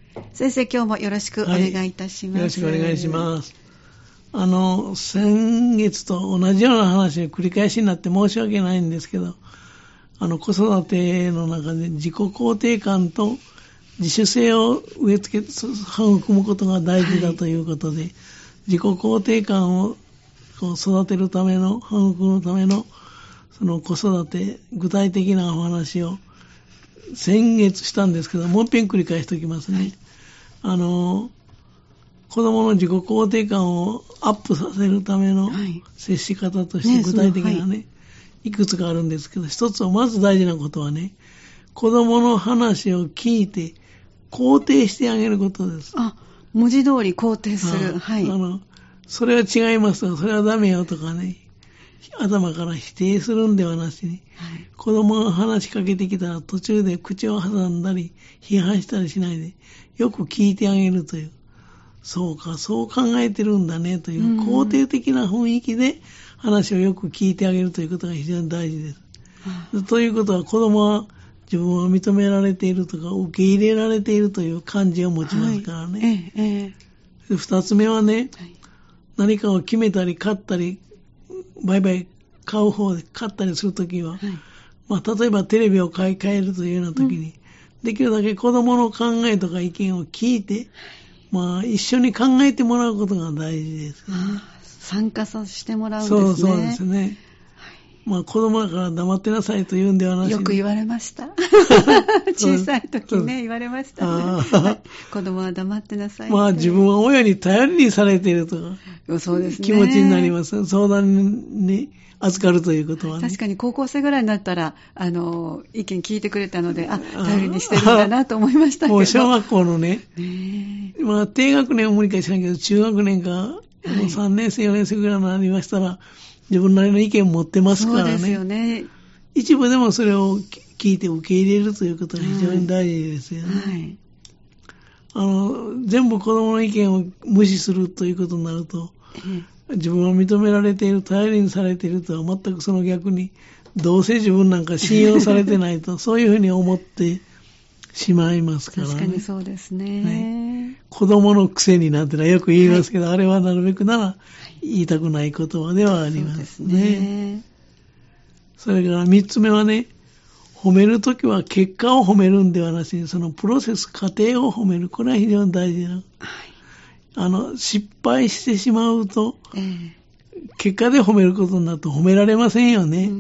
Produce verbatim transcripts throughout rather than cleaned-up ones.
先生、今日もよろしくお願いいたします。はい、 よろしくお願いします。あの、先月と同じような話を繰り返しになって申し訳ないんですけど、あの、子育ての中で自己肯定感と自主性を植え付け、育むことが大事だということで、はい、自己肯定感をこう育てるための、育むための、その子育て、具体的なお話を先月したんですけど、もう一遍繰り返しておきますね。はい、あの、子供の自己肯定感をアップさせるための接し方として具体的なね、ね、はい、いくつかあるんですけど、一つはまず大事なことはね、子供の話を聞いて肯定してあげることです。 あ、文字通り肯定する。はい。 あの、それは違いますとか、それはダメよとかね、頭から否定するんではなしに、はい、子供が話しかけてきたら途中で口を挟んだり、批判したりしないで、よく聞いてあげるという。そうか、そう考えてるんだねという肯定的な雰囲気で話をよく聞いてあげるということが非常に大事です。うん、ということは子供は自分は認められているとか受け入れられているという感じを持ちますからね。はい、ええ、二つ目はね、はい、何かを決めたり買ったり、売買買う方で買ったりするときは、はい、まあ例えばテレビを買い替えるというようなときに、うん、できるだけ子供の考えとか意見を聞いて、まあ、一緒に考えてもらうことが大事です、ね。 ああ、参加させてもらうんですね。 そうそうですね。はい、まあ、子供だから黙ってなさいと言うんではなしに。 よく言われました。小さい時ね、言われましたね。子供は黙ってなさいって。 まあ、自分は親に頼りにされているとか、 そうですね、 気持ちになります。相談に預かるということはね。 確かに高校生ぐらいになったら、あの、意見聞いてくれたので、あ、頼りにしてるんだなと思いましたけど。 もう小学校のね、ねまあ、低学年は無理か知らんけど、中学年か、はい、さんねん生、よねん生ぐらいになりましたら、自分なりの意見を持ってますからね。そうですよね。一部でもそれを聞いて受け入れるということが非常に大事ですよね。はい、あの、全部子供の意見を無視するということになると、自分は認められている、頼りにされているとは全くその逆に、どうせ自分なんか信用されてないと、そういうふうに思ってしまいますからね。 確かにそうですね。 ね、子供のくせになんてのはよく言いますけど、はい、あれはなるべくなら言いたくない言葉ではありますね。そうですね。それから三つ目はね、褒めるときは結果を褒めるんではなしに、そのプロセス、過程を褒める。これは非常に大事な。はい、あの、失敗してしまうと、えー、結果で褒めることになると褒められませんよね。うん、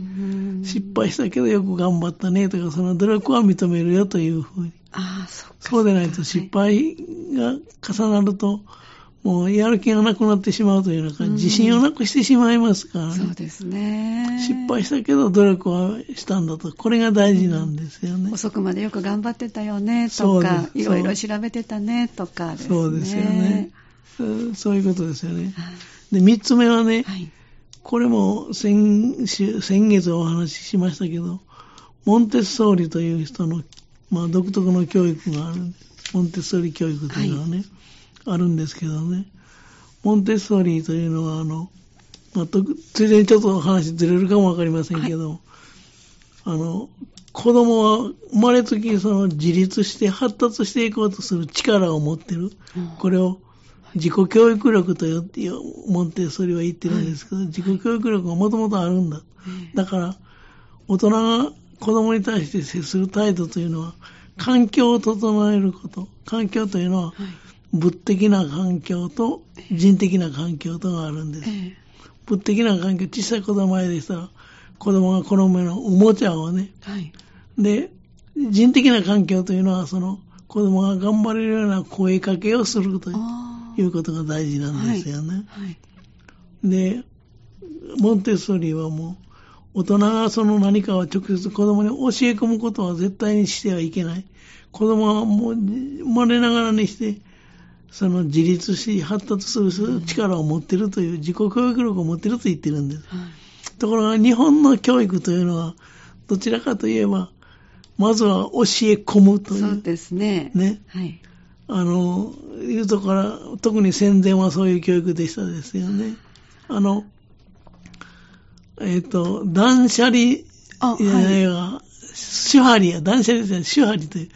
失敗したけどよく頑張ったねとか、その努力は認めるよというふうに。ああ、そうか。そうでないと失敗が重なると、もうやる気がなくなってしまうというような自信をなくしてしまいますからね。 そうですね。 失敗したけど努力はしたんだと。これが大事なんですよね。うん、 遅くまでよく頑張ってたよねとか、いろいろ調べてたねとかですね。 そうですよね。そういうことですよね。で、三つ目はね、はい、これも先週、先月お話ししましたけど、モンテッソーリという人の、まあ、独特の教育があるんです。モンテッソーリ教育というのはね、はい、あるんですけどね。モンテッソーリというのは、あの、まあ、ついでにちょっと話ずれるかもわかりませんけど、はい、あの、子供は生まれつきその自立して発達していこうとする力を持っている。うん、これを自己教育力とよってモンテッソーリは言ってるんですけど、はい、自己教育力がもともとあるんだ。だから、大人が子供に対して接する態度というのは、環境を整えること。環境というのは、はい、物的な環境と人的な環境とがあるんです。えー、物的な環境、小さい子供前でしたら、子供が好むのおもちゃをね、はい、で、人的な環境というのは、その子供が頑張れるような声かけをするということが大事なんですよね。はいはい、で、モンテッソーリはもう、大人がその何かを直接子供に教え込むことは絶対にしてはいけない。子供はもう生まれながらにして、その自立し発達する力を持っているという、自己教育力を持っていると言ってるんです。はい、ところが日本の教育というのは、どちらかといえば、まずは教え込むという。 そうですね。 ね。はい。あの、いうところから、特に戦前はそういう教育でしたですよね。あの、えっ、ー、と、断捨離、あ、はい、手張りや、断捨離ですね、手張りという。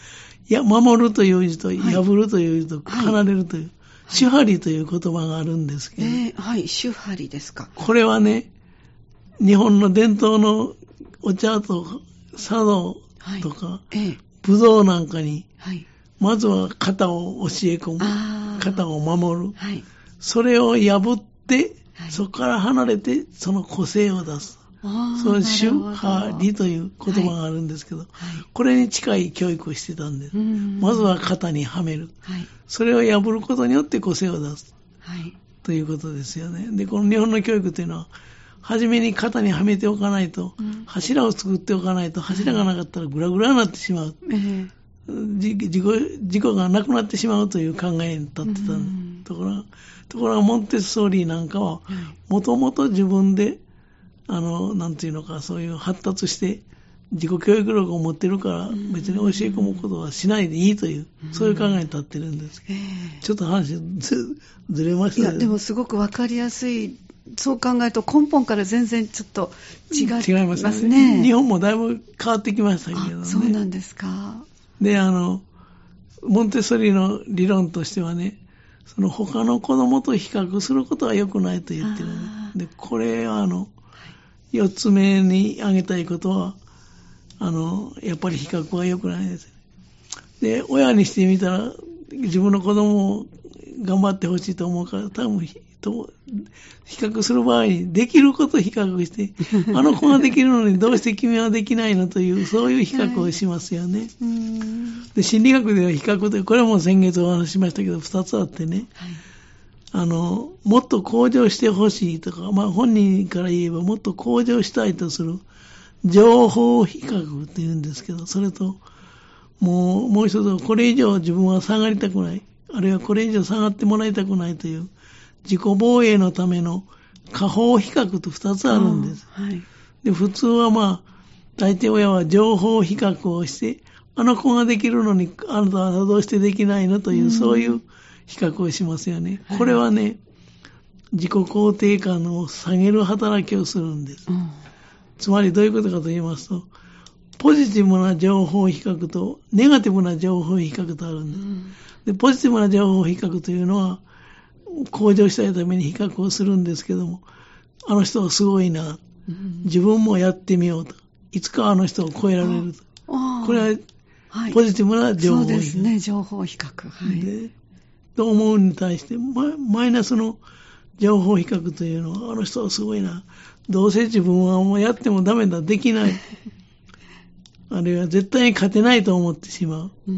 いや、守るという字と、破るという字と、離れるという、手張りという言葉があるんですけど、 えー、はい、手張りですか。 これはね、日本の伝統のお茶と茶道とか、はいえー、武道なんかに、はい、まずは型を教え込む、型を守る、はい、それを破って、はい、そこから離れてその個性を出す。そういう手張りという言葉があるんですけど、はいはい、これに近い教育をしてたんです。まずは型にはめる、はい。それを破ることによって個性を出す。はい、ということですよね。で、この日本の教育というのは、初めに型にはめておかないと、うん、柱を作っておかないと、柱がなかったらグラグラになってしまう。えー、事故、事故がなくなってしまうという考えに立ってた、うん、ところ、ところがモンテッソーリなんかは、もともと自分で、あの、なんていうのか、そういう発達して、自己教育力を持ってるから、別に教え込むことはしないでいいという、うん、そういう考えに立ってるんですけど、えー、ちょっと話ず、ずれましたね。 いや、でもすごくわかりやすい。そう考えると根本から全然ちょっと違いますね。違いますね。 日本もだいぶ変わってきましたけどね。 そうなんですか。 で、あの、モンテッソーリの理論としてはね、その他の子供と比較することは良くないと言ってるんで、で、これはあの、四つ目に挙げたいことは、あの、やっぱり比較は良くないです。で、親にしてみたら、自分の子供を頑張ってほしいと思うから、多分、と比較する場合に、できることを比較して、あの子ができるのにどうして君はできないのという、そういう比較をしますよね。はい、で、心理学では比較で、これも先月お話ししましたけど、二つあってね、はい、あの、もっと向上してほしいとか、まあ本人から言えばもっと向上したいとする情報比較って言うんですけど、それと、もう、もう一つ、これ以上自分は下がりたくない、あるいはこれ以上下がってもらいたくないという、自己防衛のための下方比較と二つあるんです。はい、で、普通はまあ、大抵親は情報比較をして、あの子ができるのにあなたはどうしてできないのという、うん、そういう比較をしますよね。はい、これはね、自己肯定感を下げる働きをするんです。うん、つまりどういうことかと言いますと、ポジティブな情報比較とネガティブな情報比較とあるんです。うん、で、ポジティブな情報比較というのは、向上したいために比較をするんですけども、あの人はすごいな、うん、自分もやってみようと、いつかあの人を超えられると、これはポジティブな情報比較、はい、そうですね、 情報比較、はい、 でと思うに対して、マイナスの情報比較というのは、あの人はすごいな、どうせ自分はもうやってもダメだ、できない、あるいは絶対に勝てないと思ってしまう。うん、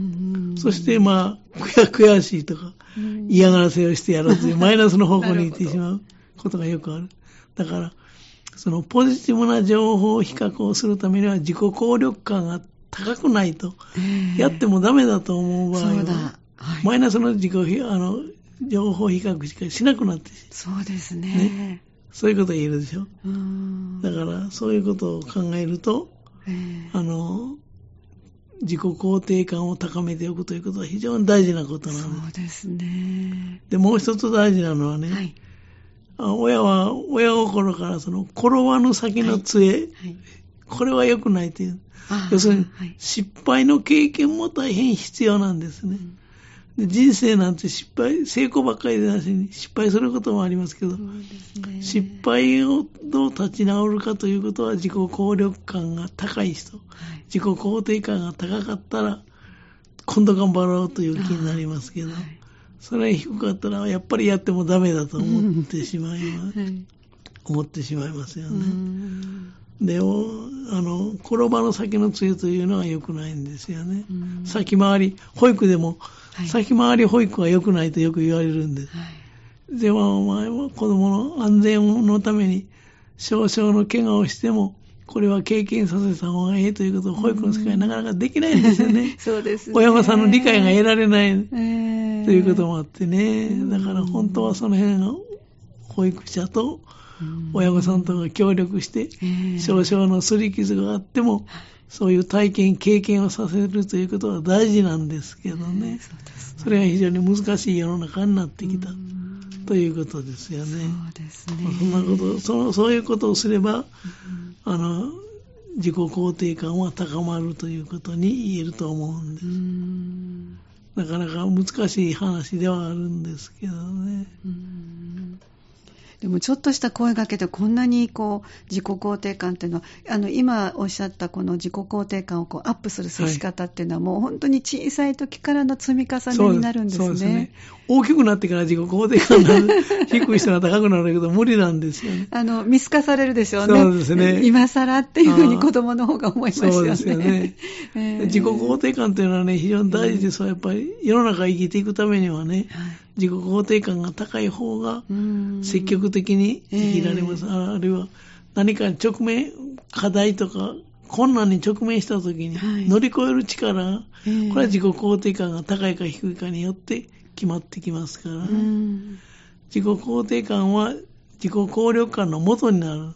そしてまあ、悔, 悔しいとか、嫌がらせをしてやろうというマイナスの方向に行ってしまうことがよくある。だから、そのポジティブな情報比較をするためには自己効力感が高くないと、やってもダメだと思う場合は、そうだ、はい、マイナスの自己あの情報比較しかしなくなってしまう。 そうですね。 ね、そういうことを言えるでしょ。うん、だから、そういうことを考えると、あの、自己肯定感を高めておくということは非常に大事なことなんです。 そうですね。 で、もう一つ大事なのはね、はい、親は親心からその転ばぬ先の杖、はいはい、これは良くないという。要するに、はい、失敗の経験も大変必要なんですね。うんで人生なんて失敗、成功ばっかりでなしに失敗することもありますけど、そうですね、失敗をどう立ち直るかということは自己効力感が高い人、はい、自己肯定感が高かったら今度頑張ろうという気になりますけど、はい、それが低かったらやっぱりやってもダメだと思ってしまいます、はい、思ってしまいますよね。で、あの、転ばの先の杖というのは良くないんですよね。先回り、保育でも、はい、先回り保育は良くないとよく言われるんです。はい、でも、お前は子供の安全のために少々の怪我をしても、これは経験させた方がいいということを保育の世界はなかなかできないんですよね。 そうですね。 親御さんの理解が得られない、えー、ということもあってね。だから本当はその辺の保育者と親御さんとが協力して、少々の擦り傷があっても、そういう体験、経験をさせるということは大事なんですけどね。それが非常に難しい世の中になってきたということですよね。 そうですね。 そんなこと、その、そういうことをすれば、あの、 自己肯定感は高まるということに言えると思うんです。うーん、なかなか難しい話ではあるんですけどね。うーん、 でもちょっとした声掛けでこんなにこう自己肯定感っていうのは、あの今おっしゃったこの自己肯定感をこうアップする接し方っていうのは、はい、もう本当に小さい時からの積み重ねになるんですね。そうですね。 大きくなってから自己肯定感が低い人が高くなるけど無理なんですよね。 あの見透かされるでしょうね。 そうですね。 今更っていうふうに子供の方が思いますよね。 そうですよね。えー、自己肯定感というのはね、非常に大事です。うん、やっぱり世の中生きていくためにはね、はい、自己肯定感が高い方が積極的に生きられます。えー、あるいは何か直面、課題とか困難に直面したときに乗り越える力、はい、これは自己肯定感が高いか低いかによって決まってきますから、ね、うん、自己肯定感は自己効力感の元になる。はい、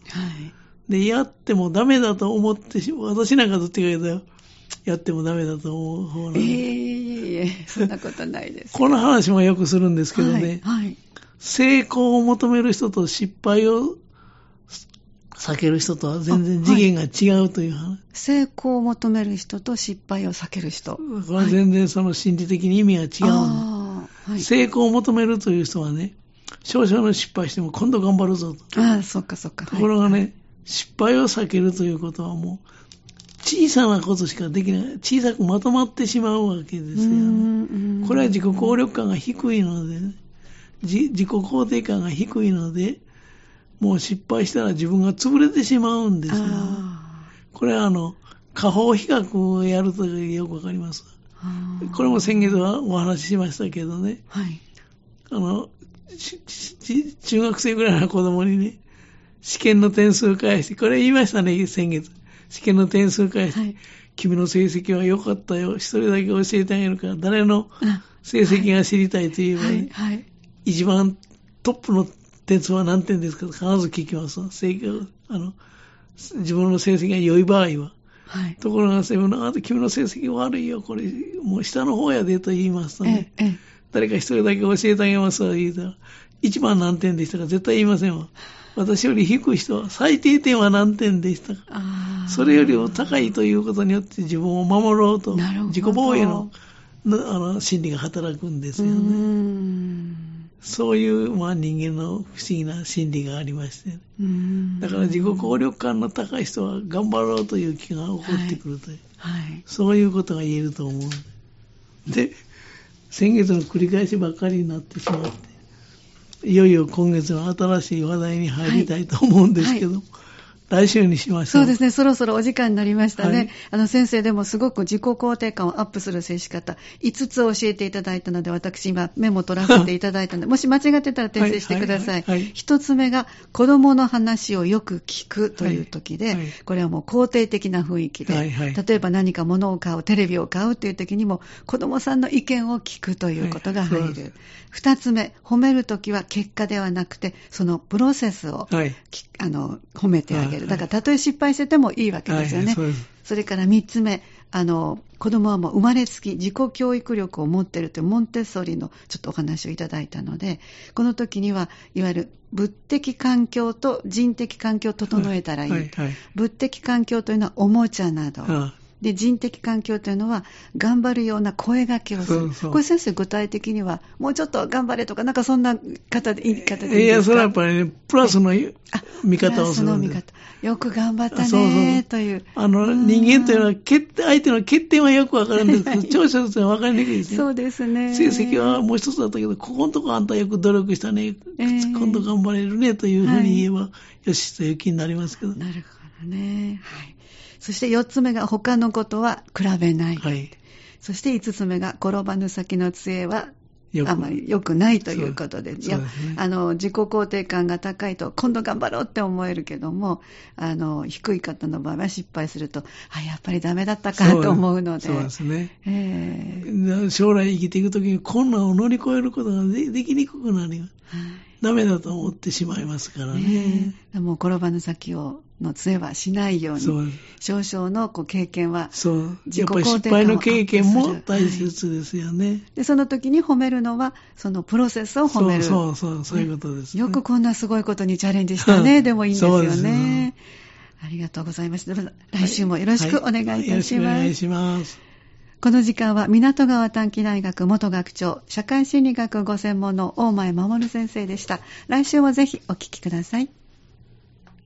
で、やってもダメだと思ってしまう。私なんかどっちか言うと、やってもダメだと思う方なんで。 ええ、そんなことないです。 この話もよくするんですけどね、はいはい、成功を求める人と失敗を避ける人とは全然次元が違うという話、はい、 成功を求める人と失敗を避ける人、 これは全然その心理的に意味が違うんで、はい、成功を求めるという人はね、少々の失敗しても今度頑張るぞと。 ああ、そっかそっか。 ところがね、はい、失敗を避けるということはもう小さなことしかできない、小さくまとまってしまうわけですよね。これは自己効力感が低いので、ね、自, 自己肯定感が低いので、もう失敗したら自分が潰れてしまうんですよ、ね。これはあの下方比較をやるとよくわかります。これも先月はお話ししましたけどね、はい、あの中学生ぐらいの子供にね、試験の点数を返して、これ言いましたね、先月。試験の点数を返して、はい、君の成績は良かったよ、一人だけ教えてあげるから、誰の成績が知りたいと言えば、ね、はいはい、一番トップの点数は何点ですかと必ず聞きます。成績あの自分の成績が良い場合は。はい、ところが、あと君の成績悪いよ、これ、もう下の方やでと言いますとね、ええ、誰か一人だけ教えてあげますと言うたら、一番何点でしたか絶対言いませんわ。私より低い人は最低点は何点でしたか。それよりも高いということによって自分を守ろうと、自己防衛の、あの心理が働くんですよね。うーん、そういう、まあ、人間の不思議な心理がありまして、ね、うーん、だから自己効力感の高い人は頑張ろうという気が起こってくるという、はいはい、そういうことが言えると思う。で、先月の繰り返しばっかりになってしまって、いよいよ今月の新しい話題に入りたいと思うんですけど、はいはい、来週にしましょう。 そうですね、そろそろお時間になりましたね。はい、あの先生でもすごく自己肯定感をアップする接し方いつつ教えていただいたので、私今メモ取らせていただいたのでもし間違ってたら訂正してください。一つ目が子供の話をよく聞くという時で、はいはい、これはもう肯定的な雰囲気で、はいはい、例えば何か物を買う、テレビを買うという時にも子供さんの意見を聞くということが入る。はい、二つ目、褒める時は結果ではなくてそのプロセスを、はい、あの褒めてあげる。だからたとえ失敗しててもいいわけですよね。はい、そうです。それからみっつめ、あの子供はもう生まれつき自己教育力を持っているというモンテッソーリのちょっとお話をいただいたので、この時にはいわゆる物的環境と人的環境を整えたらいい。はいはいはい、物的環境というのはおもちゃなど。はあ、で人的環境というのは頑張るような声掛けをする。そうそう、これ先生具体的にはもうちょっと頑張れとかなんかそんな方で言い方でいいですか。いや、 それはやっぱりね、プラスの見方をするんです。プラスの見方。よく頑張ったねーという。 あの人間というのは相手の欠点はよくわかるんですけど、長所というのはわかりにくいですね。そうですね。成績はもう一つだったけど、ここのとこあんたよく努力したね、えー、今度頑張れるねというふうに言えば、はい、よしという気になりますけど。 なるほどね。はい。そしてよっつめが他のことは比べない。はい、そしていつつめが転ばぬ先の杖はあまり良くないということで、いや、ね、あの自己肯定感が高いと今度頑張ろうって思えるけども、あの低い方の場合は失敗すると、あ、やっぱりダメだったかと思うので、 そうですね、えー、将来生きていくときに困難を乗り越えることが で, できにくくなります。はい、ダメだと思ってしまいますからね。 ね、もう転ばぬ先をの杖はしないように、そう少々のこう経験は自己肯定感をアップする。やっぱり失敗の経験も大切ですよね。はい、でその時に褒めるのはそのプロセスを褒める。 そうそうそう、そういうことです、ね。 よくこんなすごいことにチャレンジしたねでもいいんですよね。 ありがとうございます。来週もよろしくお願いいたします。はいはい、よろしくお願いします。 この時間は港川短期大学元学長、社会心理学ご専門の大前守先生でした。来週もぜひお聞きください。